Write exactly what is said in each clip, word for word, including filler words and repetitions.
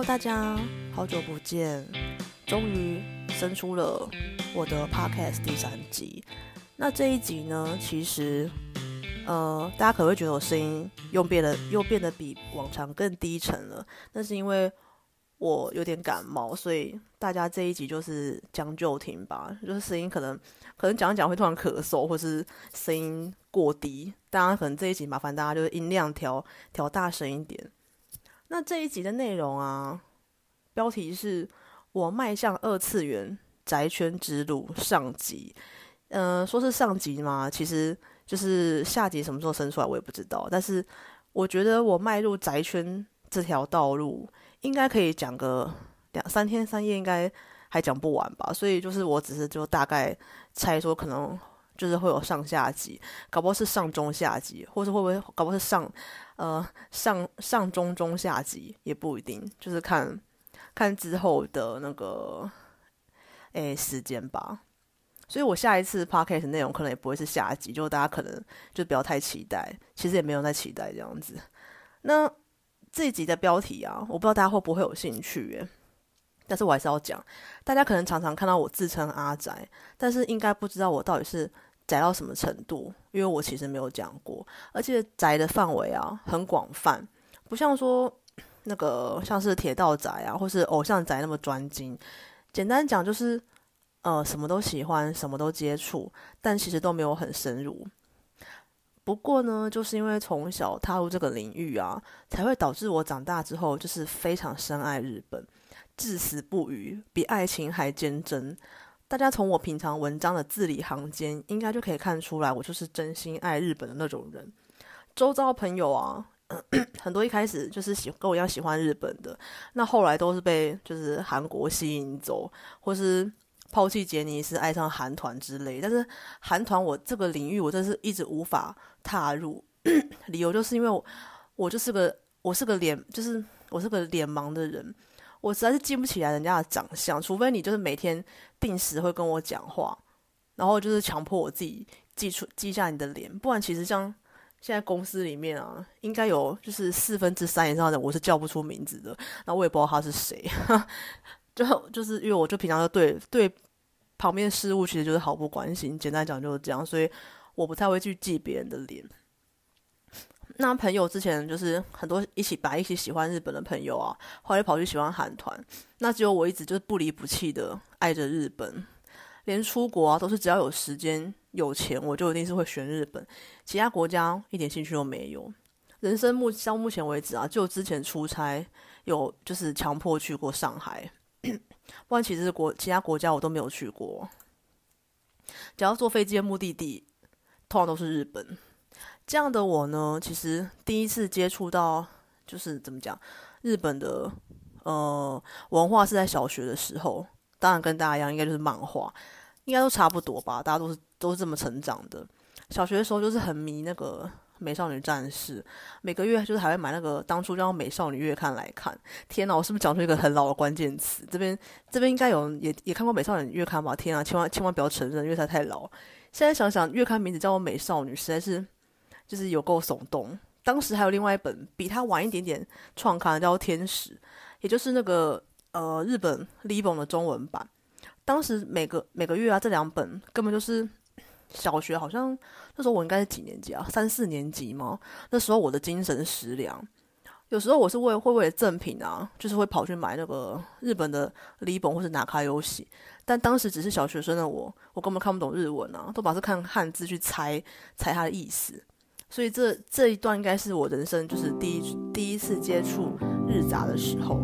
大家好久不见，终于生出了我的 podcast 第三集。那这一集呢，其实呃，大家可能会觉得我声音又变得又变得比往常更低沉了，那是因为我有点感冒，所以大家这一集就是将就听吧，就是声音可能可能讲讲会突然咳嗽，或是声音过低，大家可能这一集麻烦大家就是音量调调大声一点。那这一集的内容啊，标题是我迈向二次元宅圈之路上集。呃，说是上集嘛，其实就是下集什么时候生出来我也不知道，但是我觉得我迈入宅圈这条道路应该可以讲个两三天三夜，应该还讲不完吧。所以就是我只是就大概猜说，可能就是会有上下集，搞不好是上中下集，或是会不会搞不好是上呃上上中中下集也不一定，就是看看之后的那个诶时间吧。所以我下一次 podcast 内容可能也不会是下集，就大家可能就不要太期待，其实也没有在期待这样子。那这一集的标题啊，我不知道大家会不会有兴趣耶，但是我还是要讲。大家可能常常看到我自称阿宅，但是应该不知道我到底是宅到什么程度，因为我其实没有讲过，而且宅的范围啊很广泛，不像说那个像是铁道宅啊，或是偶像宅那么专精。简单讲就是呃什么都喜欢，什么都接触，但其实都没有很深入。不过呢，就是因为从小踏入这个领域啊，才会导致我长大之后就是非常深爱日本，至死不渝，比爱情还坚贞。大家从我平常文章的字里行间，应该就可以看出来，我就是真心爱日本的那种人。周遭朋友啊，很多一开始就是喜跟我一样喜欢日本的，那后来都是被就是韩国吸引走，或是抛弃杰尼斯爱上韩团之类。但是韩团我这个领域我真是一直无法踏入，理由就是因为我我就是个我是个脸就是我是个脸盲的人，我实在是记不起来人家的长相，除非你就是每天定时会跟我讲话，然后就是强迫我自己记出记下你的脸，不然其实像现在公司里面啊，应该有就是四分之三以上的人我是叫不出名字的，那我也不知道他是谁，就就是因为我就平常就对对旁边事物其实就是毫不关心，简单讲就是这样，所以我不太会去记别人的脸。那朋友之前就是很多一起把一起喜欢日本的朋友啊，后来跑去喜欢韩团，那只有我一直就是不离不弃的爱着日本，连出国啊都是只要有时间有钱我就一定是会选日本，其他国家一点兴趣都没有。人生目到目前为止啊，就之前出差有就是强迫去过上海，不然其实国其他国家我都没有去过。只要坐飞机的目的地通常都是日本。这样的我呢，其实第一次接触到就是怎么讲日本的呃文化是在小学的时候，当然跟大家一样，应该就是漫画，应该都差不多吧，大家都是都是这么成长的。小学的时候就是很迷那个美少女战士，每个月就是还会买那个当初叫美少女月刊来看。天哪，我是不是讲出一个很老的关键词？这边这边应该有人也也看过美少女月刊吧？天啊，千万千万不要承认，因为它太老。现在想想，月刊名字叫做美少女，实在是就是有够耸动。当时还有另外一本比它晚一点点创刊的叫做天使，也就是那个呃日本 Libon 的中文版。当时每个每个月啊，这两本根本就是小学，好像那时候我应该是几年级啊？三四年级吗？那时候我的精神食粮。有时候我是为会为了赠品啊，就是会跑去买那个日本的 Libon 或是拿卡游戏，但当时只是小学生的我，我根本看不懂日文啊，都把是看汉字去猜猜它的意思。所以这这一段应该是我人生就是第一第一次接触日杂的时候。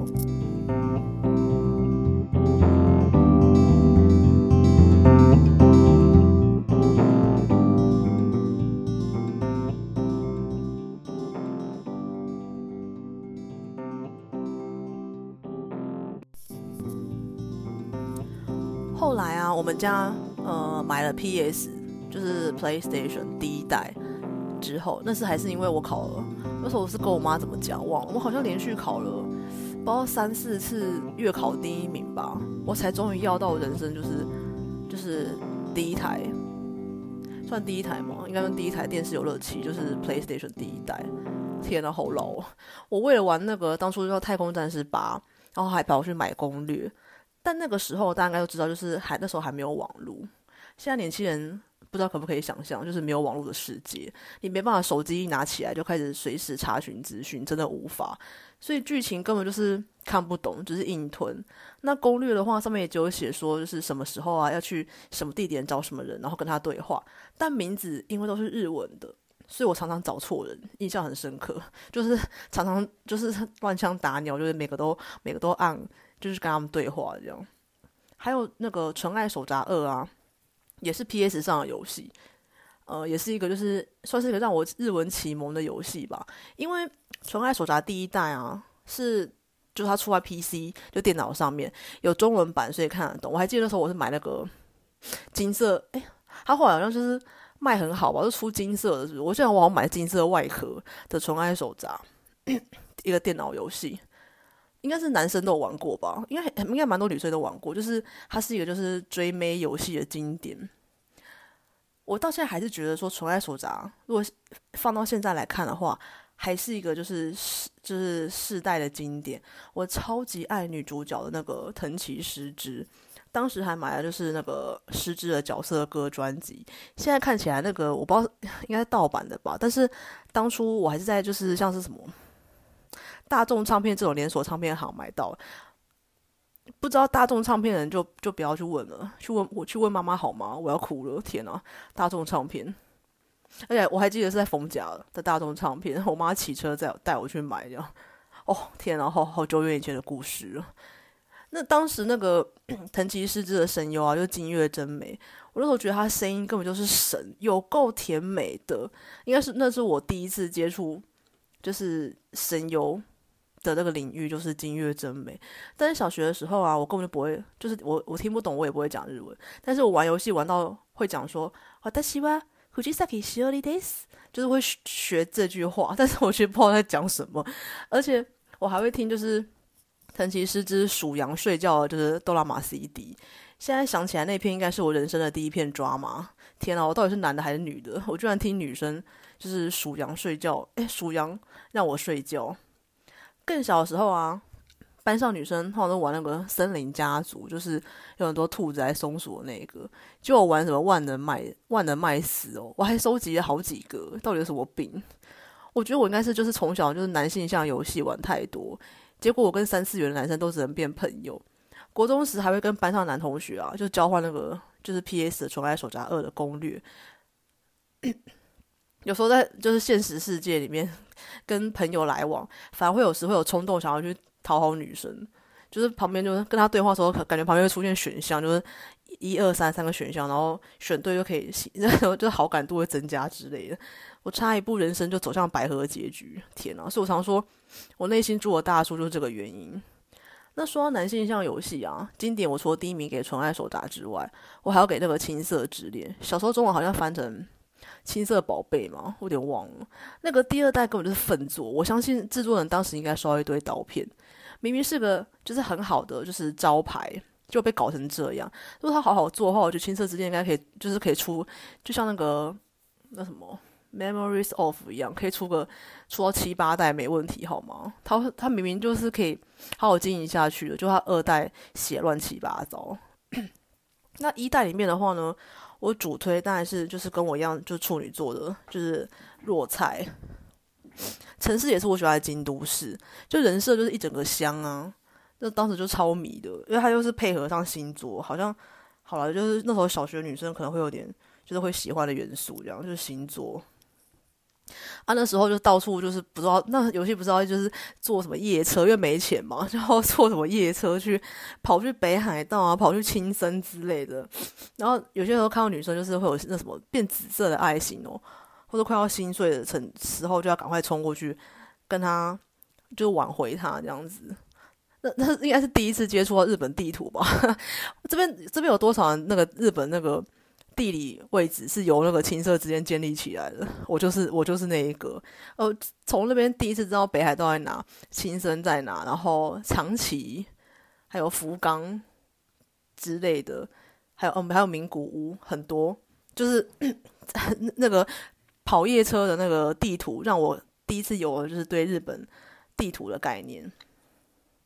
后来啊，我们家呃买了 P S， 就是 PlayStation 第一代之后，那是还是因为我考了，那时候我是跟我妈怎么讲忘了，我好像连续考了不知道三四次月考第一名吧，我才终于要到人生就是就是第一台，算第一台吗？应该算第一台电视游乐器，就是 PlayStation 第一代。天啊，好老哦！我为了玩那个当初叫《太空战士八》， 然后还跑去买攻略。但那个时候大家应该都知道，就是还那时候还没有网络。现在年轻人不知道可不可以想象，就是没有网络的世界，你没办法手机一拿起来就开始随时查询资讯，真的无法。所以剧情根本就是看不懂，只是硬吞。那攻略的话，上面也只有写说，就是什么时候啊要去什么地点找什么人，然后跟他对话。但名字因为都是日文的，所以我常常找错人，印象很深刻。就是常常就是乱枪打鸟，就是每个都每个都按，就是跟他们对话这样。还有那个《纯爱手札二》啊，也是 P S 上的游戏。呃，也是一个就是算是一个让我日文启蒙的游戏吧。因为《纯爱手札》第一代啊，是就是它出在 P C 就电脑上面有中文版，所以看得懂。我还记得那时候我是买那个金色，哎，它后来好像就是卖很好吧，就出金色的是不是？我记得我好像买金色外壳的《纯爱手札》一个电脑游戏，应该是男生都有玩过吧？应该应该蛮多女生都玩过，就是它是一个就是追妹游戏的经典。我到现在还是觉得说《纯爱手札》如果放到现在来看的话，还是一个就是就是世代的经典。我超级爱女主角的那个藤崎诗织，当时还买了就是那个诗织的角色歌专辑。现在看起来那个我不知道应该是盗版的吧，但是当初我还是在就是像是什么大众唱片这种连锁唱片行买到。不知道大众唱片的人就就不要去问了，去问我去问妈妈好吗？我要哭了，天啊！大众唱片，而且我还记得是在逢甲的大众唱片，我妈骑车载带我去买这样。哦，天啊，好好久远以前的故事了。那当时那个藤崎诗织的声优啊，就是金月真美，我那时候觉得她声音根本就是神，有够甜美的。应该是那是我第一次接触，就是声优的那个领域，就是金月真美。但是小学的时候啊，我根本就不会，就是我我听不懂，我也不会讲日文。但是我玩游戏玩到会讲说，私は藤崎しおりです，就是会学这句话，但是我却不知道在讲什么。而且我还会听，就是藤崎诗织数羊睡觉的，就是哆啦 A 梦 C D。现在想起来，那片应该是我人生的第一片抓马。天啊，我到底是男的还是女的？我居然听女生就是数羊睡觉，诶，数羊让我睡觉。更小的时候啊，班上女生通常都玩那个森林家族，就是有很多兔子还松鼠的那个。就我玩什么万能麦万能麦斯哦，我还收集了好几个，到底有什么病？我觉得我应该是就是从小就是男性向游戏玩太多，结果我跟三次元的男生都只能变朋友。国中时还会跟班上男同学啊，就交换那个就是 P S 的《纯爱手札二》的攻略。有时候在就是现实世界里面跟朋友来往，反而会有时会有冲动想要去讨好女生，就是旁边就是跟他对话的时候，感觉旁边会出现选项，就是一二三三个选项，然后选对就可以，然后就是好感度会增加之类的。我差一步人生就走向百合结局，天啊！所以我常说，我内心住的大树就是这个原因。那说到男性向游戏啊，经典我除了第一名给《纯爱手札》之外，我还要给那个《青色之恋》。小时候中文好像翻成青色宝贝嘛，我有点忘了。那个第二代根本就是粪作，我相信制作人当时应该收到一堆刀片。明明是个就是很好的就是招牌，就被搞成这样。如果他好好做的话，我觉得青色之恋应该可以，就是可以出，就像那个那什么 Memories of 一样，可以出个出到七八代没问题，好吗？他他明明就是可以好好经营下去的，就他二代写乱七八糟。那一代里面的话呢？我主推当然是就是跟我一样就处女座的，就是若菜。城市也是我喜欢的京都市，就人设就是一整个乡啊，那当时就超迷的，因为它又是配合上星座，好像好了，就是那时候小学女生可能会有点就是会喜欢的元素，这样就是星座。啊，那时候就到处就是不知道，那游戏不知道就是坐什么夜车，因为没钱嘛，然后坐什么夜车去跑去北海道啊，跑去青森之类的。然后有些时候看到女生就是会有那什么变紫色的爱心哦，或者快要心碎的成时候，就要赶快冲过去跟她就挽回她这样子。那那应该是第一次接触到日本地图吧？这边这边有多少人那个日本那个？地理位置是由那个青色之间建立起来的，我就是我就是那一个，呃，从那边第一次知道北海道在哪，青森在哪，然后长崎，还有福冈之类的，还有嗯还有名古屋，很多就是那个跑夜车的那个地图，让我第一次有了就是对日本地图的概念。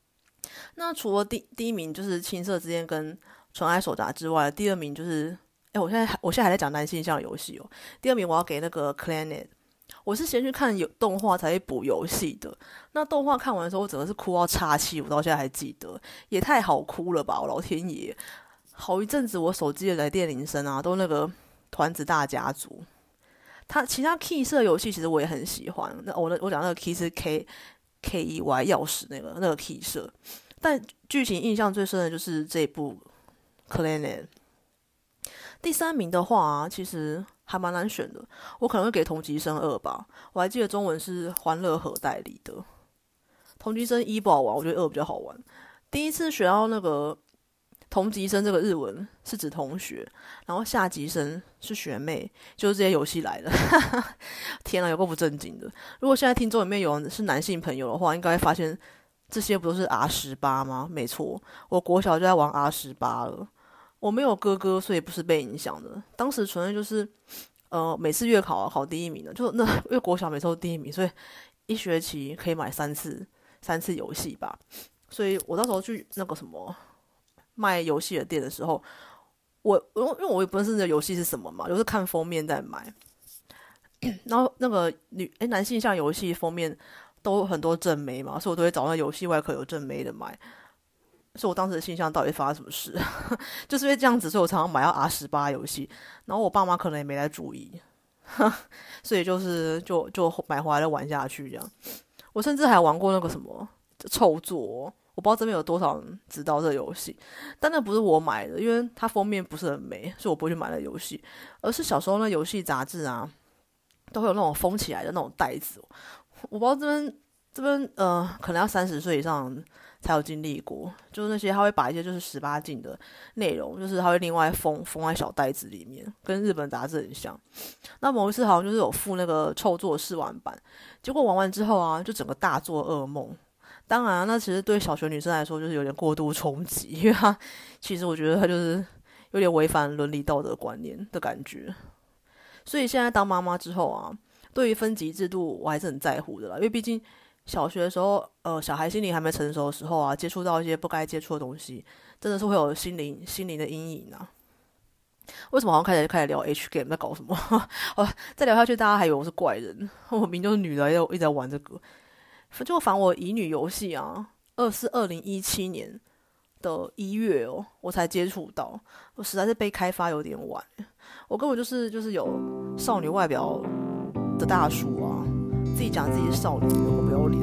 那除了第第一名就是青色之恋跟纯爱手札之外，第二名就是，哎，我现在我现在还在讲男性向游戏哦。第二名我要给那个 Clannad， 我是先去看有动画才会补游戏的。那动画看完的时候，我整个是哭到岔气，我到现在还记得，也太好哭了吧！我老天爷，好一阵子我手机的来电铃声啊，都那个团子大家族。他其他 key 色游戏其实我也很喜欢，那我我讲那个 key 是 K K E Y 钥匙那个那个 key 色，但剧情印象最深的就是这一部 Clannad。第三名的话、啊，其实还蛮难选的，我可能会给同级生二吧。我还记得中文是欢乐盒代理的，同级生一不好玩，我觉得二比较好玩。第一次学到那个同级生这个日文是指同学，然后下级生是学妹，就是这些游戏来的。天啊，有够不正经的！如果现在听众里面有人是男性朋友的话，应该会发现这些不都是 R 十八吗？没错，我国小就在玩 R 十八了。我没有哥哥，所以不是被影响的。当时纯粹就是呃，每次月考啊考第一名的，就那因为国小每次都第一名，所以一学期可以买三次三次游戏吧。所以我到时候去那个什么卖游戏的店的时候，我因为我也不认识那游戏是什么嘛，就是看封面在买。然后那个女诶男性向游戏封面都很多正妹嘛，所以我都会找那游戏外壳有正妹的买。所以我当时的性向到底发生什么事？就是因为这样子，所以我常常买到 R 十八游戏，然后我爸妈可能也没来注意，所以就是就就买回来了玩下去这样。我甚至还玩过那个什么臭作、哦，我不知道这边有多少人知道这个游戏，但那不是我买的，因为它封面不是很美，所以我不会去买那个游戏，而是小时候那游戏杂志啊，都会有那种封起来的那种袋子、哦。我不知道这边这边呃，可能要三十岁以上才有经历过，就是那些他会把一些就是十八禁的内容，就是他会另外封封在小袋子里面，跟日本杂志很像。那某一次好像就是有附那个臭作试玩版，结果玩完之后啊，就整个大做噩梦。当然、啊，那其实对小学女生来说就是有点过度冲击，因为他其实我觉得他就是有点违反伦理道德观念的感觉。所以现在当妈妈之后啊，对于分级制度我还是很在乎的啦，因为毕竟小学的时候，呃，小孩心灵还没成熟的时候啊，接触到一些不该接触的东西，真的是会有心灵心灵的阴影啊。为什么好像开始开始聊 H game 在搞什么？哦，再聊下去，大家还以为我是怪人。我明明就是女的，又一直在玩这个。就反我乙女游戏啊，二是二零一七年的一月哦，我才接触到，我实在是被开发有点晚。我根本就是就是有少女外表的大叔啊，自己讲自己是少女，我不要脸。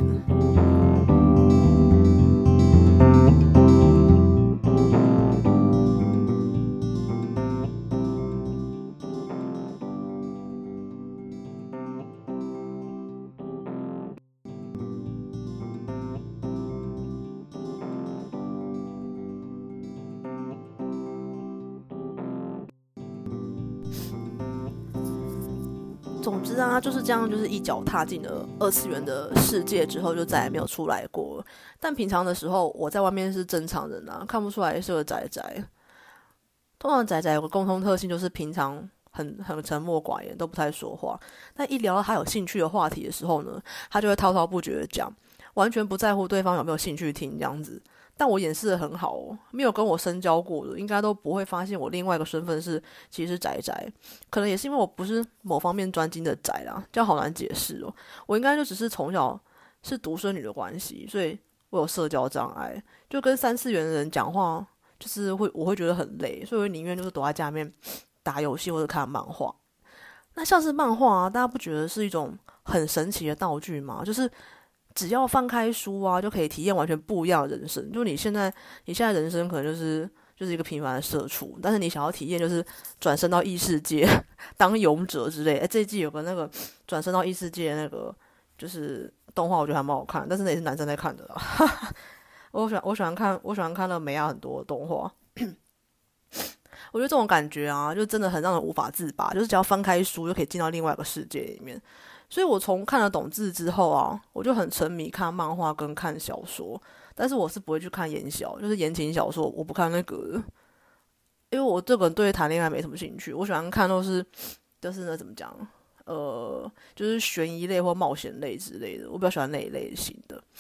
总之啊，就是这样，就是一脚踏进了二次元的世界之后，就再也没有出来过了。但平常的时候，我在外面是正常人啊，看不出来是个宅宅。通常宅宅有个共同特性，就是平常很很沉默寡言，都不太说话。但一聊到他有兴趣的话题的时候呢，他就会滔滔不绝的讲，完全不在乎对方有没有兴趣听这样子。但我掩饰的很好哦，没有跟我深交过的，应该都不会发现我另外一个身份是其实是宅宅。可能也是因为我不是某方面专精的宅啦，这样好难解释哦。我应该就只是从小是独生女的关系，所以我有社交障碍，就跟三次元的人讲话，就是会我会觉得很累，所以我宁愿就是躲在家里面打游戏或者看漫画。那像是漫画啊，大家不觉得是一种很神奇的道具吗？就是只要翻开书啊，就可以体验完全不一样的人生。就你现在，你现在人生可能就是就是一个平凡的社畜，但是你想要体验就是转身到异世界当勇者之类。哎，这一季有个那个转身到异世界的那个就是动画，我觉得还蛮好看，但是那也是男生在看的啦。我喜欢我喜欢看我喜欢看了美亚很多的动画。我觉得这种感觉啊，就真的很让人无法自拔，就是只要翻开书就可以进到另外一个世界里面。所以我从看了懂字之后啊，我就很沉迷看漫画跟看小说，但是我是不会去看言小，就是言情小说，我不看那个的，因为我这个人对谈恋爱没什么兴趣，我喜欢看都是就是那怎么讲，呃，就是悬疑类或冒险类之类的，我比较喜欢那一类型的。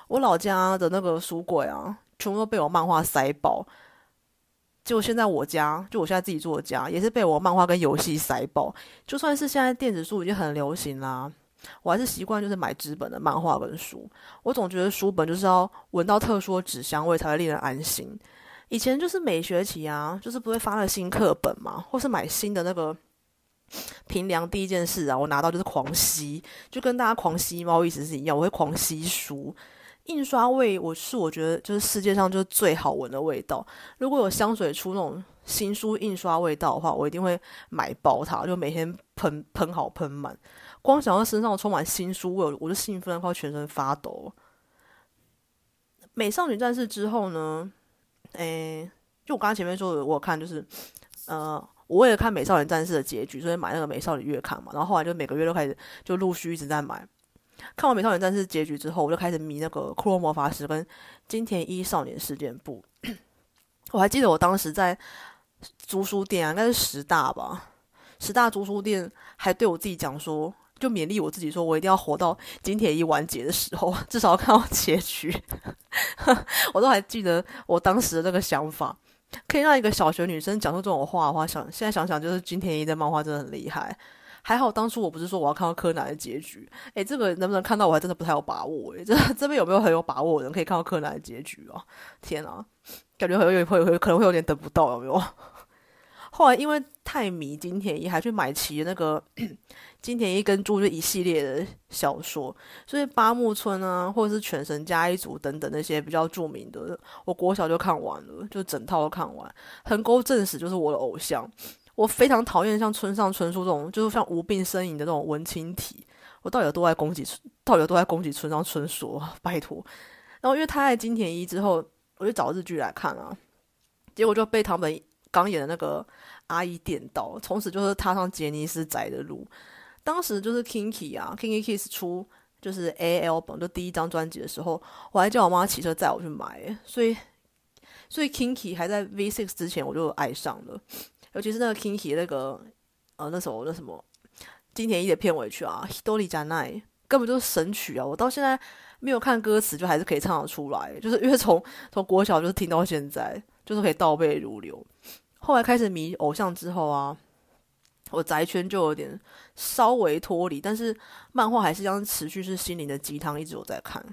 我老家的那个书柜啊，全部都被我漫画塞爆。结果现在我家，就我现在自己住的家，也是被我漫画跟游戏塞爆。就算是现在电子书已经很流行啦，我还是习惯就是买纸本的漫画跟书。我总觉得书本就是要闻到特殊的纸香味才会令人安心。以前就是每学期啊，就是不会发那个新课本嘛，或是买新的那个评量，第一件事啊，我拿到就是狂吸，就跟大家狂吸猫意思是一样，我会狂吸书。印刷味，我是我觉得就是世界上就是最好闻的味道。如果有香水出那种新书印刷味道的话，我一定会买爆它，就每天喷喷好喷满。光想到身上充满新书味，我就兴奋得快全身发抖。美少女战士之后呢，诶，就我刚刚前面说的，我有看就是呃。我为了看美少女战士的结局，所以买那个美少女月刊嘛，然后后来就每个月都开始就陆续一直在买。看完美少女战士结局之后，我就开始迷那个库洛魔法使跟金田一少年事件簿。我还记得我当时在租书店啊，应该是十大吧，十大租书店还对我自己讲说，就勉励我自己说，我一定要活到金田一完结的时候，至少要看到结局。我都还记得我当时的那个想法。可以让一个小学女生讲出这种话的话，想现在想想，就是金田一的漫画真的很厉害。还好当初我不是说我要看到柯南的结局，诶，这个能不能看到我还真的不太有把握诶。这这边有没有很有把握的人可以看到柯南的结局啊？天啊，感觉会有会会可能会有点等不到，有没有？后来因为太迷金田一，还去买齐那个金田一跟猪就一系列的小说，所以八木村啊，或者是犬神家一族等等那些比较著名的，我国小就看完了，就整套都看完。横沟正史就是我的偶像，我非常讨厌像村上春树这种，就是像无病呻吟的那种文青体。我到底有多爱攻击，到底有多爱攻击村上春树？拜托。然后因为他爱金田一之后，我就找日剧来看啊，结果就被堂本刚演的那个阿姨电到，从此就是踏上杰尼斯宅的路。当时就是 Kinky 啊 ，Kinky Kiss 出就是 A L 本，就第一张专辑的时候，我还叫我妈骑车载我去买，所以所以 Kinky 还在 V 六 之前我就爱上了，尤其是那个 Kinky 那个呃那首那什么金田一的片尾曲啊 ，Hidori Janai 根本就是神曲啊！我到现在没有看歌词，就还是可以唱得出来，就是因为从从国小就是听到现在，就是可以倒背如流。后来开始迷偶像之后啊，我宅圈就有点稍微脱离，但是漫画还是这样持续是心灵的鸡汤，一直有在看。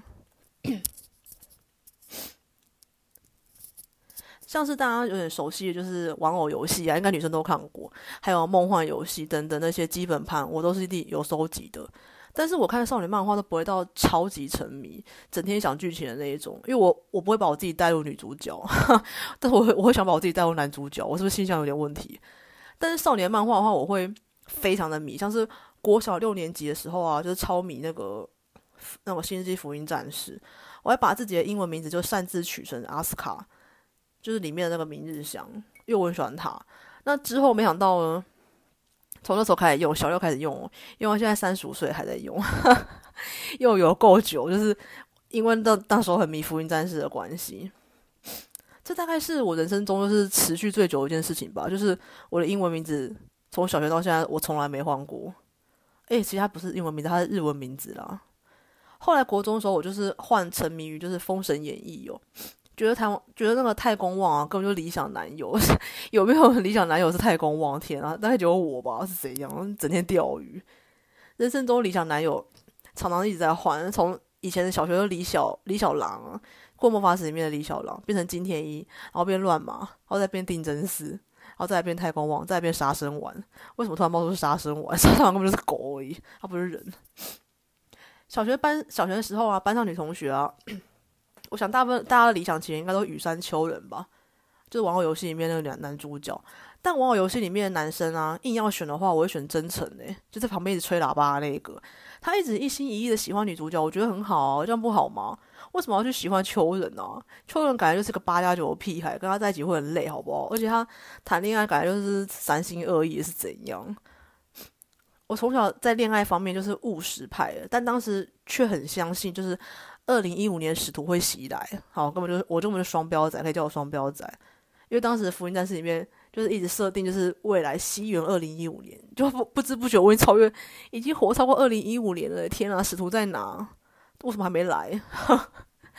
像是大家有点熟悉的就是玩偶游戏啊，应该女生都看过，还有梦幻游戏等等那些基本盘，我都是有收集的。但是我看少女漫画都不会到超级沉迷，整天想剧情的那一种，因为我我不会把我自己带入女主角，但是我会我会想把我自己带入男主角，我是不是形象有点问题？但是少年漫画的话，我会非常的迷，像是国小六年级的时候啊，就是超迷那个那个《星际福音战士》，我还把自己的英文名字就擅自取成阿斯卡，就是里面的那个明日香，因为我很喜欢他。那之后没想到呢，从那时候开始用，小六开始用，用到现在三十五岁还在用，又有够久，就是因为那那时候很迷福音战士的关系。这大概是我人生中就是持续最久的一件事情吧，就是我的英文名字从小学到现在我从来没换过。诶，其实它不是英文名字，它是日文名字啦。后来国中的时候，我就是换沉迷于就是《封神演义》哦，觉得台湾觉得那个太公望啊，根本就理想男友。有没有理想男友是太公望？天啊，大概只有我吧，是怎样？整天钓鱼。人生中理想男友常常一直在换，从以前的小学的李小李小狼啊。过魔法使里面的李小狼变成金田一，然后变乱马，然后再变定真寺，然后再来变太空王，再来变杀生丸。为什么突然冒出杀生丸？杀生丸根本就是狗而已，它不是人。小学班小学的时候啊，班上女同学啊，我想大部分大家的理想情人应该都羽山秋人吧，就是玩偶游戏里面那个男男主角。但玩偶游戏里面的男生啊，硬要选的话，我会选真诚诶、欸，就在旁边一直吹喇叭的那个。他一直一心一意的喜欢女主角，我觉得很好啊，这样不好吗？为什么要去喜欢秋人啊？秋人感觉就是个八加九的屁孩，跟他在一起会很累，好不好？而且他谈恋爱感觉就是三心二意是怎样？我从小在恋爱方面就是务实派的，但当时却很相信，就是二零一五年使徒会袭来，好，根本就是我根本就双标仔，可以叫我双标仔，因为当时的福音战士里面就是一直设定就是未来西元二零一五年，就不不知不觉我已经超越，已经活超过二零一五年了，天啊，使徒在哪？为什么还没来？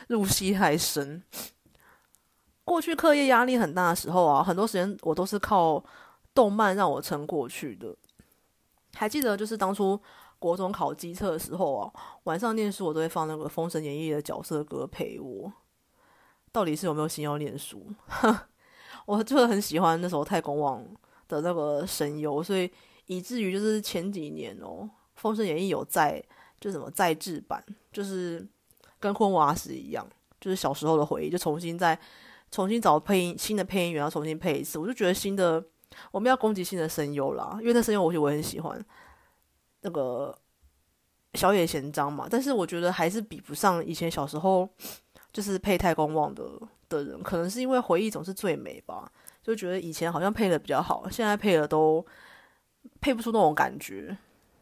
入戏太深。过去课业压力很大的时候啊，很多时间我都是靠动漫让我撑过去的。还记得就是当初国中考基测的时候啊，晚上念书我都会放那个《封神演义》的角色歌陪我。到底是有没有心要念书？我就很喜欢那首太公望的那个声优，所以以至于就是前几年哦，《封神演义》有在就什么再制版，就是跟昆瓦斯一样，就是小时候的回忆，就重新再重新找配音新的配音员，要重新配一次。我就觉得新的我们要攻击新的声优啦，因为那声优我觉得我很喜欢那个小野贤章嘛，但是我觉得还是比不上以前小时候就是配太公望的的人，可能是因为回忆总是最美吧，就觉得以前好像配的比较好，现在配的都配不出那种感觉。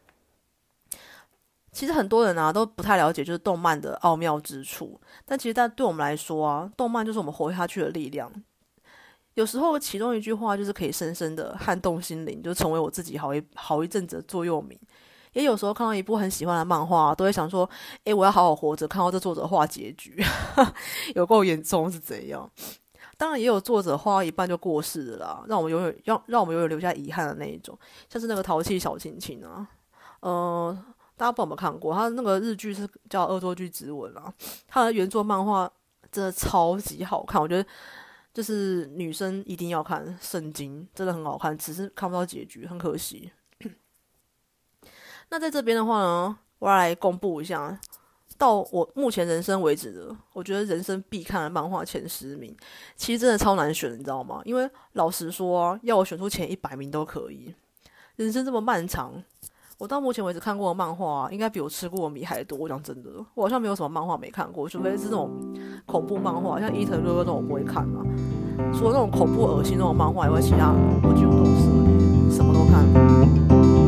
其实很多人啊都不太了解就是动漫的奥妙之处，但其实但对我们来说啊，动漫就是我们活下去的力量。有时候其中一句话就是可以深深的撼动心灵，就成为我自己好一好一阵子的座右铭。也有时候看到一部很喜欢的漫画，都会想说，诶，我要好好活着，看到这作者画结局，有够严重是怎样？当然也有作者画到一半就过世了啦，让我们永远让让我们永远留下遗憾的那一种，像是那个淘气小亲亲啊，呃，大家不知道有没有看过？他那个日剧是叫《恶作剧之吻》啊，他的原作漫画真的超级好看，我觉得就是女生一定要看，圣经真的很好看，只是看不到结局，很可惜。那在这边的话呢，我要来公布一下，到我目前人生为止的，我觉得人生必看的漫画前十名，其实真的超难选，你知道吗？因为老实说啊，要我选出前一百名都可以。人生这么漫长，我到目前为止看过的漫画啊，应该比我吃过的米还多。我讲真的，我好像没有什么漫画没看过，除非是那种恐怖漫画，像伊藤润二那种我不会看啊。除了那种恐怖恶心那种漫画以外，其他我几乎都涉猎，什么都看。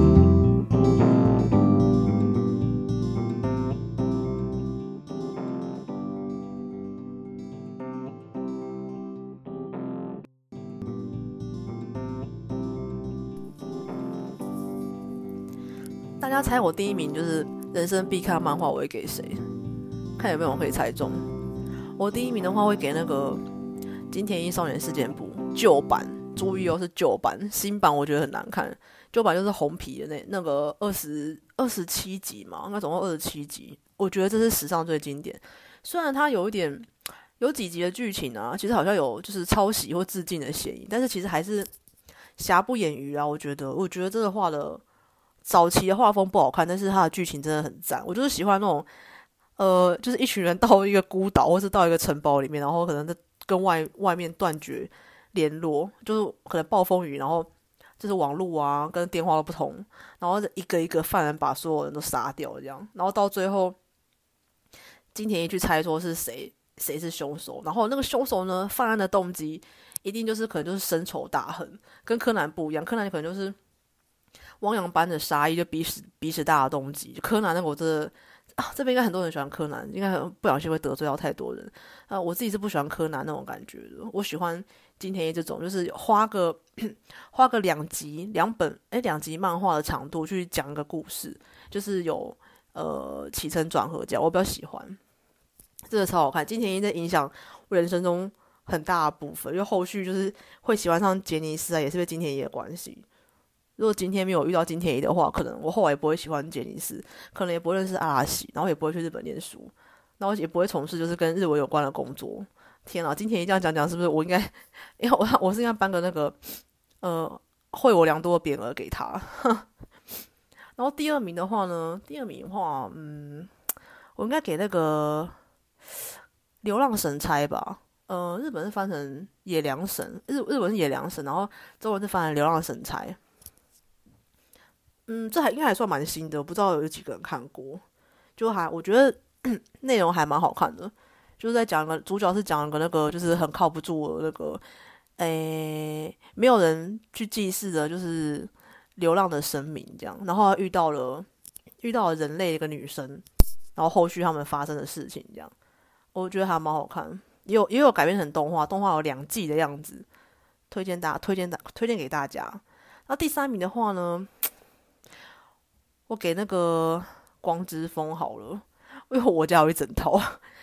大家猜我第一名就是人生必看漫画，我会给谁？看有没有人可以猜中。我第一名的话会给那个金田一少年事件簿旧版，注意哦，是旧版，新版我觉得很难看。旧版就是红皮的那那个二十二十七集嘛，应该总共二十七集，我觉得这是史上最经典。虽然它有一点有几集的剧情啊，其实好像有就是抄袭或致敬的嫌疑，但是其实还是瑕不掩瑜啊。我觉得，我觉得这个画的。早期的画风不好看，但是它的剧情真的很赞。我就是喜欢那种，呃，就是一群人到一个孤岛，或是到一个城堡里面，然后可能在跟外外面断绝联络，就是可能暴风雨，然后就是网络啊跟电话都不通，然后一个一个犯人把所有人都杀掉，这样，然后到最后金田一去猜说是谁谁是凶手，然后那个凶手呢，犯案的动机一定就是可能就是深仇大恨，跟柯南不一样，柯南可能就是。汪洋般的杀意，就鼻屎鼻屎大的动机。柯南那个我真的啊，这边应该很多人喜欢柯南，应该不小心会得罪到太多人啊。我自己是不喜欢柯南那种感觉的，我喜欢金田一这种，就是花个花个两集两本哎两集漫画的长度去讲一个故事，就是有呃起承转合这样，我比较喜欢。这个超好看，金田一在影响我人生中很大的部分，因为后续就是会喜欢上杰尼斯啊，也是因为金田一的关系。如果今天没有遇到金田一的话，可能我后来也不会喜欢杰尼斯，可能也不会认识阿拉西，然后也不会去日本念书，然后也不会从事就是跟日文有关的工作。天啊，金田一这样讲讲，是不是我应该，因为我我是应该颁个那个呃惠我良多的匾额给他。然后第二名的话呢，第二名的话，嗯，我应该给那个流浪神差吧。呃，日本是翻成野良神，日日文是野良神，然后中文是翻成流浪神差。嗯，这还应该还算蛮新的，不知道有几个人看过。就还我觉得内容还蛮好看的，就是在讲个主角是讲个那个就是很靠不住的那个，诶，没有人去祭祀的，就是流浪的神明这样。然后他遇到了遇到了人类的一个女生，然后后续他们发生的事情这样，我觉得还蛮好看。也有也有改编成动画，动画有两季的样子，推荐大推荐大推荐给大家。那第三名的话呢？我给那个光之风好了，因为我家有一整套。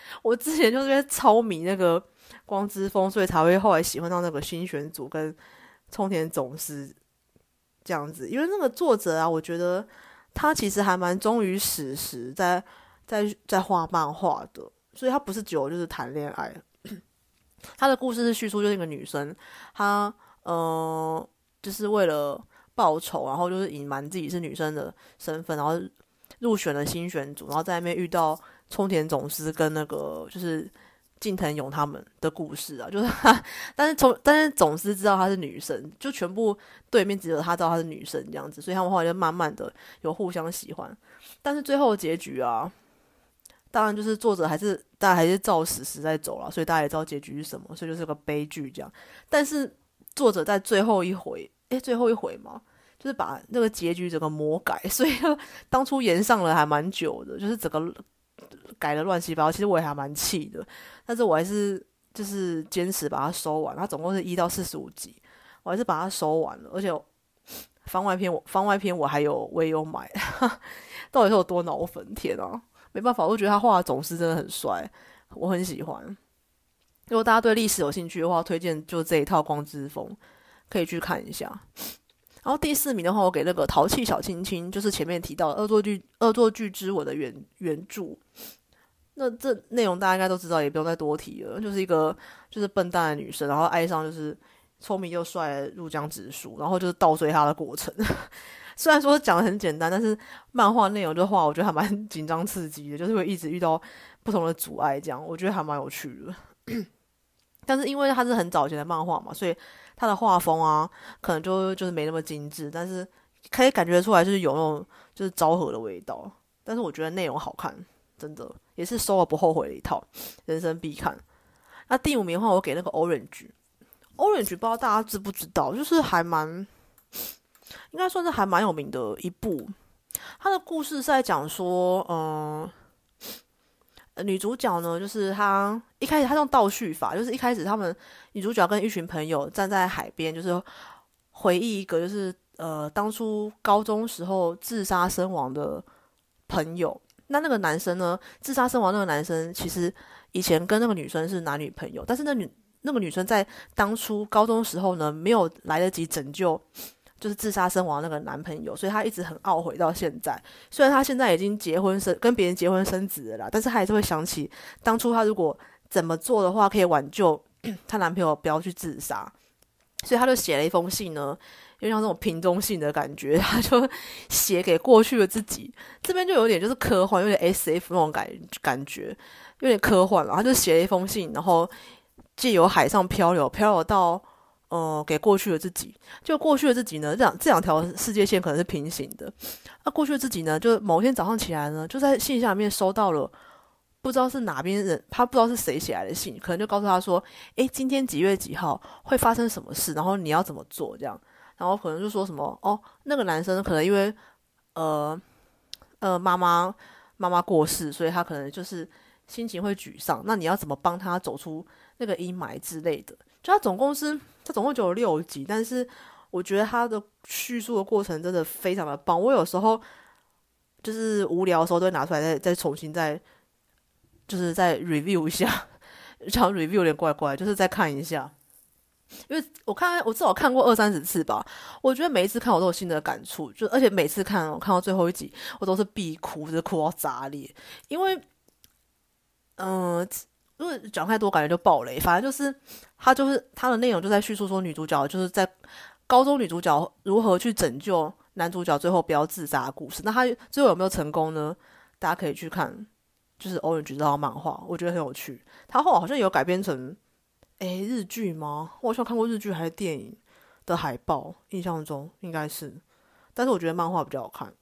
我之前就是因为超迷那个光之风，所以才会后来喜欢上那个新选组跟冲田总司这样子。因为那个作者啊，我觉得他其实还蛮忠于史实在，在在在画漫画的，所以他不是只有就是谈恋爱。他的故事是叙述就是一个女生，她呃就是为了报仇，然后就是隐瞒自己是女生的身份，然后入选了新选组，然后在那边遇到冲田总司跟那个就是近藤勇他们的故事啊，就是他，但是从但是总司知道她是女生，就全部对面只有他知道她是女生这样子，所以他们后来就慢慢的有互相喜欢，但是最后的结局啊，当然就是作者还是大家还是照史实在走了，所以大家也知道结局是什么，所以就是个悲剧这样。但是作者在最后一回，诶，最后一回嘛，就是把那个结局整个魔改，所以当初延上了还蛮久的，就是整个改的乱七八糟，其实我也还蛮气的，但是我还是就是坚持把它收完。它总共是一到四十五集，我还是把它收完了，而且番外篇我番外篇我还有我也有买，到底是有多脑粉？天啊！没办法，我觉得他画的总司真的很帅，我很喜欢。如果大家对历史有兴趣的话，推荐就这一套《光之风》，可以去看一下。然后第四名的话，我给那个《淘气小亲亲》，就是前面提到的《恶作剧恶作剧之吻》的原原著。那这内容大家应该都知道，也不用再多提了。就是一个就是笨蛋的女生，然后爱上就是聪明又帅的入江直树，然后就是倒追他的过程。虽然说讲的很简单，但是漫画内容就画我觉得还蛮紧张刺激的，就是会一直遇到不同的阻碍，这样我觉得还蛮有趣的。但是因为它是很早前的漫画嘛，所以它的画风啊，可能就就是没那么精致，但是可以感觉出来就是有那种就是昭和的味道。但是我觉得内容好看，真的也是收了不后悔的一套，人生必看。那第五名的话，我给那个 Orange，Orange 不知道大家知不知道，就是还蛮。应该算是还蛮有名的一部，他的故事是在讲说，嗯、呃，女主角呢，就是她一开始她用倒叙法，就是一开始他们女主角跟一群朋友站在海边，就是回忆一个就是呃当初高中时候自杀身亡的朋友。那那个男生呢，自杀身亡那个男生其实以前跟那个女生是男女朋友，但是那女那个女生在当初高中时候呢，没有来得及拯救。就是自杀身亡那个男朋友，所以他一直很懊悔到现在。虽然他现在已经结婚生跟别人结婚生子了啦，但是他还是会想起当初他如果怎么做的话，可以挽救她男朋友不要去自杀。所以他就写了一封信呢，有点像这种瓶中信的感觉，他就写给过去的自己。这边就有点就是科幻，有点 S F 那种感感觉，有点科幻了。他就写了一封信，然后借由海上漂流，漂流到。呃，给过去的自己，就过去的自己呢，这两这两条世界线可能是平行的。那、啊、过去的自己呢，就某天早上起来呢，就在信箱里面收到了不知道是哪边人，他不知道是谁写来的信，可能就告诉他说，诶，今天几月几号会发生什么事，然后你要怎么做这样，然后可能就说什么，哦，那个男生可能因为呃呃妈妈妈妈过世，所以他可能就是心情会沮丧，那你要怎么帮他走出那个阴霾之类的。就他总共是，他总共只有六集，但是我觉得他的叙述的过程真的非常的棒。我有时候就是无聊的时候都会拿出来再再重新再就是再 review 一下，讲 review 有点怪怪，就是再看一下。因为我看我至少看过二三十次吧，我觉得每一次看我都有新的感触，就而且每次看我看到最后一集，我都是必哭，就是哭到炸裂，因为嗯。呃如果讲太多，感觉就爆雷。反正就是他就是他的内容就在叙述说，女主角就是在高中女主角如何去拯救男主角最后不要自杀的故事。那他最后有没有成功呢？大家可以去看，就是《Orange》这套漫画，我觉得很有趣。他后来好像有改编成诶日剧吗？我好像看过日剧还是电影的海报，印象中应该是。但是我觉得漫画比较好看。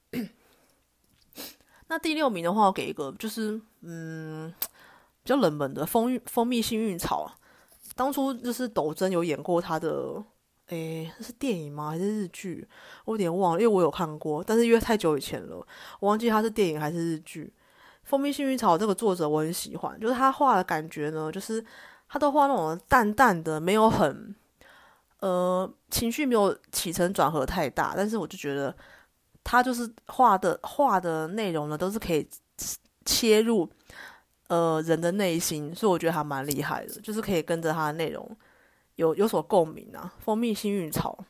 那第六名的话，我给一个就是嗯。比较冷门的蜂蜂蜜幸运草，当初就是斗真有演过他的，诶，是电影吗？还是日剧？我有点忘了，因为我有看过，但是因为太久以前了，我忘记他是电影还是日剧。蜂蜜幸运草这个作者我很喜欢，就是他画的感觉呢，就是他都画那种淡淡的，没有很呃情绪没有起承转合太大，但是我就觉得他就是画的画的内容呢，都是可以切入。 呃人的内心，所以我觉得还蛮厉害的，就是可以跟着他的内容有有所共鸣啊。蜂蜜幸运草。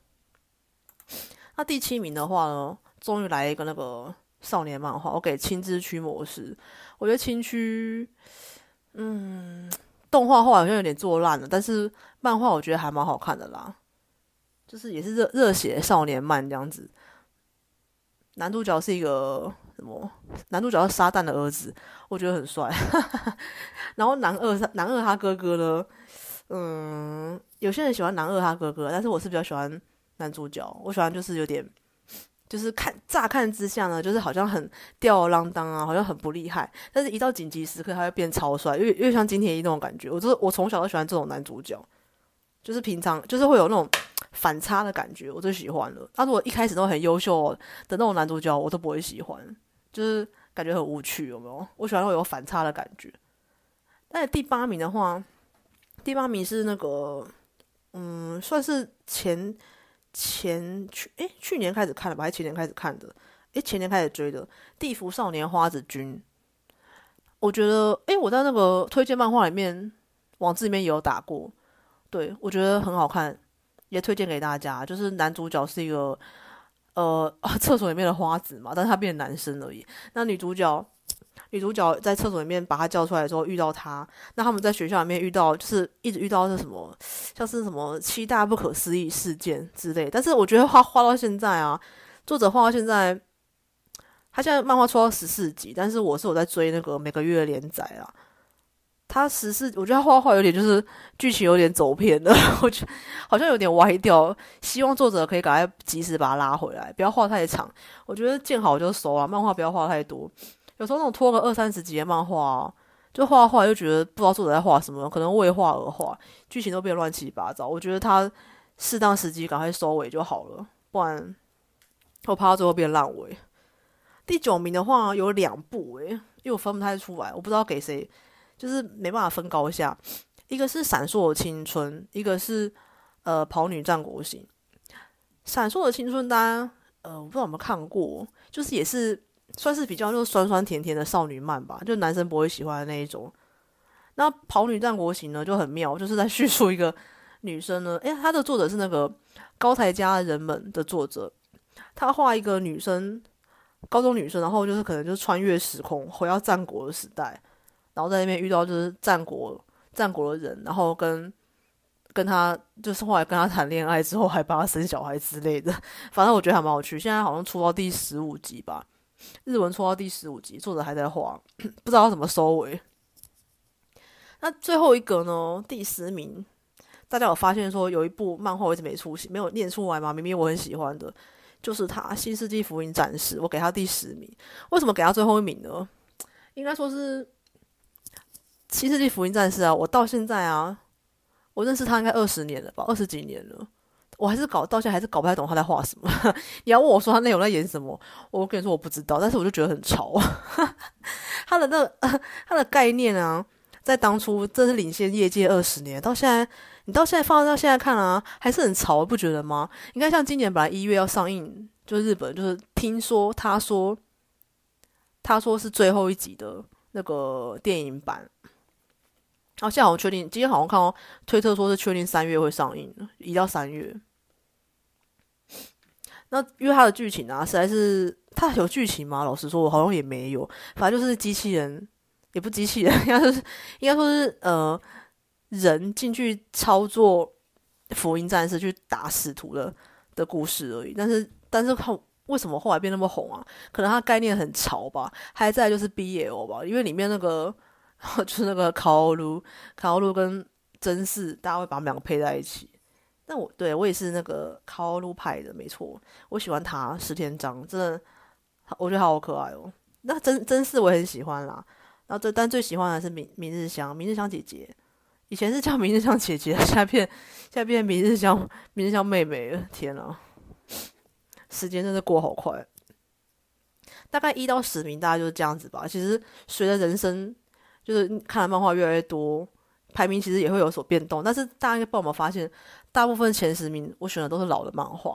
那第七名的话呢，终于来一个那个少年漫画，我给青之驱魔师。我觉得青驱，嗯，动画后来好像有点做烂了，但是漫画我觉得还蛮好看的啦，就是也是热热血少年漫这样子。男主角是一个什么？男主角是撒旦的儿子，我觉得很帅。然后男二男二他哥哥呢，嗯，有些人喜欢男二他哥哥，但是我是比较喜欢男主角。我喜欢就是有点，就是看乍看之下呢，就是好像很吊儿郎当啊，好像很不厉害，但是一到紧急时刻他会变超帅，因为因为像金田一那种感觉。我就是我从小都喜欢这种男主角，就是平常就是会有那种反差的感觉，我最喜欢了。他、啊、如果一开始都很优秀的那种男主角，我都不会喜欢，就是感觉很无趣，有没有？我喜欢会有反差的感觉。但是第八名的话，第八名是那个，嗯，算是前前去诶去年开始看的吧，还是前年开始看的？诶，前年开始追的《地府少年花子君》。我觉得，诶，我在那个推荐漫画里面，网志里面也有打过，对我觉得很好看。也推荐给大家，就是男主角是一个呃厕所里面的花子嘛，但是他变成男生而已。那女主角女主角在厕所里面把他叫出来的时候遇到他，那他们在学校里面遇到就是一直遇到是什么，像是什么七大不可思议事件之类。但是我觉得画画到现在啊，作者画到现在，他现在漫画出到十四集，但是我是有在追那个每个月的连载啊。他十四，我觉得他画画有点就是剧情有点走偏了，我觉得好像有点歪掉。希望作者可以赶快及时把它拉回来，不要画太长。我觉得见好就收了，漫画不要画太多。有时候那种拖个二三十集的漫画啊，就画画就觉得不知道作者在画什么，可能为画而画，剧情都变乱七八糟。我觉得他适当时机赶快收尾就好了，不然我怕到最后变烂尾。第九名的话有两部诶、欸，因为我分不太出来，我不知道给谁。就是没办法分高下，一个是闪烁的青春，一个是呃跑女战国行。闪烁的青春大家呃我不知道有没有看过，就是也是算是比较就是酸酸甜甜的少女漫吧，就男生不会喜欢的那一种。那跑女战国行呢就很妙，就是在叙述一个女生呢，诶，她的作者是那个高台家人们的作者，他画一个女生，高中女生，然后就是可能就是穿越时空回到战国的时代。然后在那边遇到就是战国战国的人，然后跟跟他就是后来跟他谈恋爱之后，还帮他生小孩之类的。反正我觉得还蛮有趣。现在好像出到第十五集吧，日文出到第十五集，作者还在画，不知道怎么收尾。那最后一个呢，第十名，大家有发现说有一部漫画我一直没出现，没有念出来吗？明明我很喜欢的，就是他《新世纪福音战士》，我给他第十名。为什么给他最后一名呢？应该说是。新世纪福音战士啊，我到现在啊，我认识他应该二十年了吧，二十几年了，我还是搞到现在还是搞不太懂他在画什么。你要问我说他内容在演什么，我跟你说我不知道，但是我就觉得很潮。他的那个、呃、他的概念啊，在当初真是领先业界二十年，到现在你到现在放到现在看啊，还是很潮，不觉得吗？你看像今年本来一月要上映，就是日本就是听说他说他说是最后一集的那个电影版。然、啊、后现在好像确定，今天好像看到推特说是确定三月会上映，移到三月。那因为它的剧情啊，实在是它有剧情吗？老实说，我好像也没有。反正就是机器人，也不机器人，应该说是应该说是呃人进去操作福音战士去打使徒的的故事而已。但是但是看为什么后来变那么红啊？可能它概念很潮吧，还在就是 B L 吧，因为里面那个。就是那个卡欧鲁，卡欧鲁跟真嗣，大家会把他们两个配在一起。但我对我也是那个卡欧鲁派的，没错，我喜欢他石田章，真的，我觉得他好可爱哦。那真真嗣我也很喜欢啦，然后这但最喜欢的是明明日香，明日香姐姐，以前是叫明日香姐姐，现在变现在变明日香明日香妹妹了，天啊，时间真的过好快。大概一到十名，大概就是这样子吧。其实随着人生。就是看的漫画越来越多，排名其实也会有所变动，但是大家不知道有没有发现，大部分前十名我选的都是老的漫画，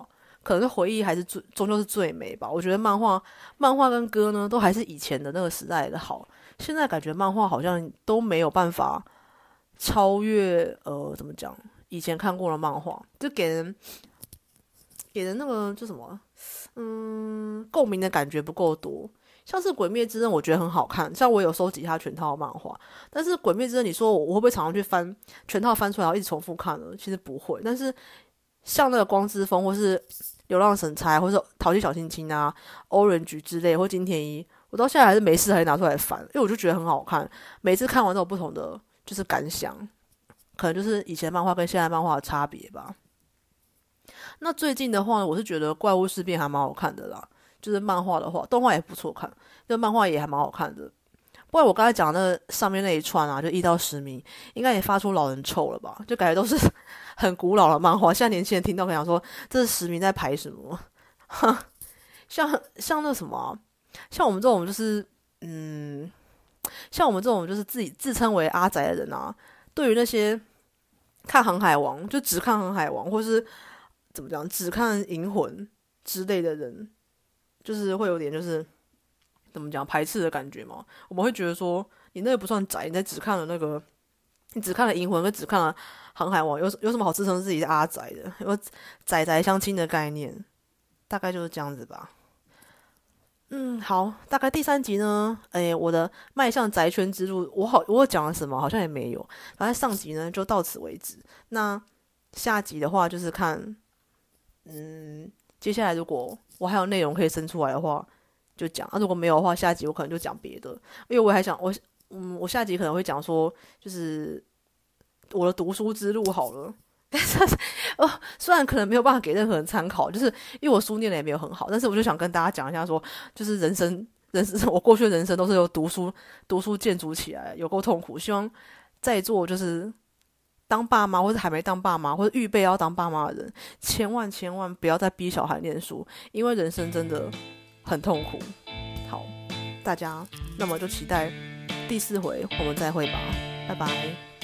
可能是回忆还是最终究是最美吧。我觉得漫画漫画跟歌呢都还是以前的那个时代的好，现在感觉漫画好像都没有办法超越呃怎么讲以前看过的漫画，就给人给人那个就什么嗯共鸣的感觉不够多。像是《鬼灭之刃》，我觉得很好看，像我有收集它全套的漫画。但是《鬼灭之刃》，你说我我会不会常常去翻全套翻出来，然后一直重复看呢？其实不会。但是像那个光之风，或是流浪神差，或是淘气小亲亲啊、Orange 之类，或金田一，我到现在还是没事还是拿出来翻，因为我就觉得很好看。每次看完都有不同的就是感想，可能就是以前漫画跟现在漫画的差别吧。那最近的话，我是觉得《怪物事变》还蛮好看的啦。就是漫画的话，动画也不错看，就漫画也还蛮好看的。不然我刚才讲的那上面那一串啊，就一到十名，应该也发出老人臭了吧？就感觉都是很古老的漫画，现在年轻人听到可能想说，这是十名在排什么？像像那什么、啊，像我们这种就是嗯，像我们这种就是自己自称为阿宅的人啊，对于那些看航海王就只看航海王，或是怎么讲只看银魂之类的人。就是会有点就是怎么讲排斥的感觉嘛，我们会觉得说你那个不算宅，你在只看了那个，你只看了银魂跟只看了航海王，有有什么好自称自己是阿宅的？有宅宅相亲的概念，大概就是这样子吧。嗯，好，大概第三集呢，诶，我的迈向宅圈之路，我好我有讲了什么？好像也没有，反正上集呢就到此为止。那下集的话就是看，嗯。接下来如果我还有内容可以生出来的话，就讲；啊，如果没有的话，下集我可能就讲别的。因为我还想，我嗯，我下集可能会讲说，就是我的读书之路好了。但是，呃，虽然可能没有办法给任何人参考，就是因为我书念的也没有很好，但是我就想跟大家讲一下说，就是人生，人生，我过去的人生都是由读书读书建筑起来，有够痛苦。希望在座就是当爸妈或者还没当爸妈或者预备要当爸妈的人，千万千万不要再逼小孩念书，因为人生真的很痛苦。好，大家那么就期待第四回我们再会吧，拜拜。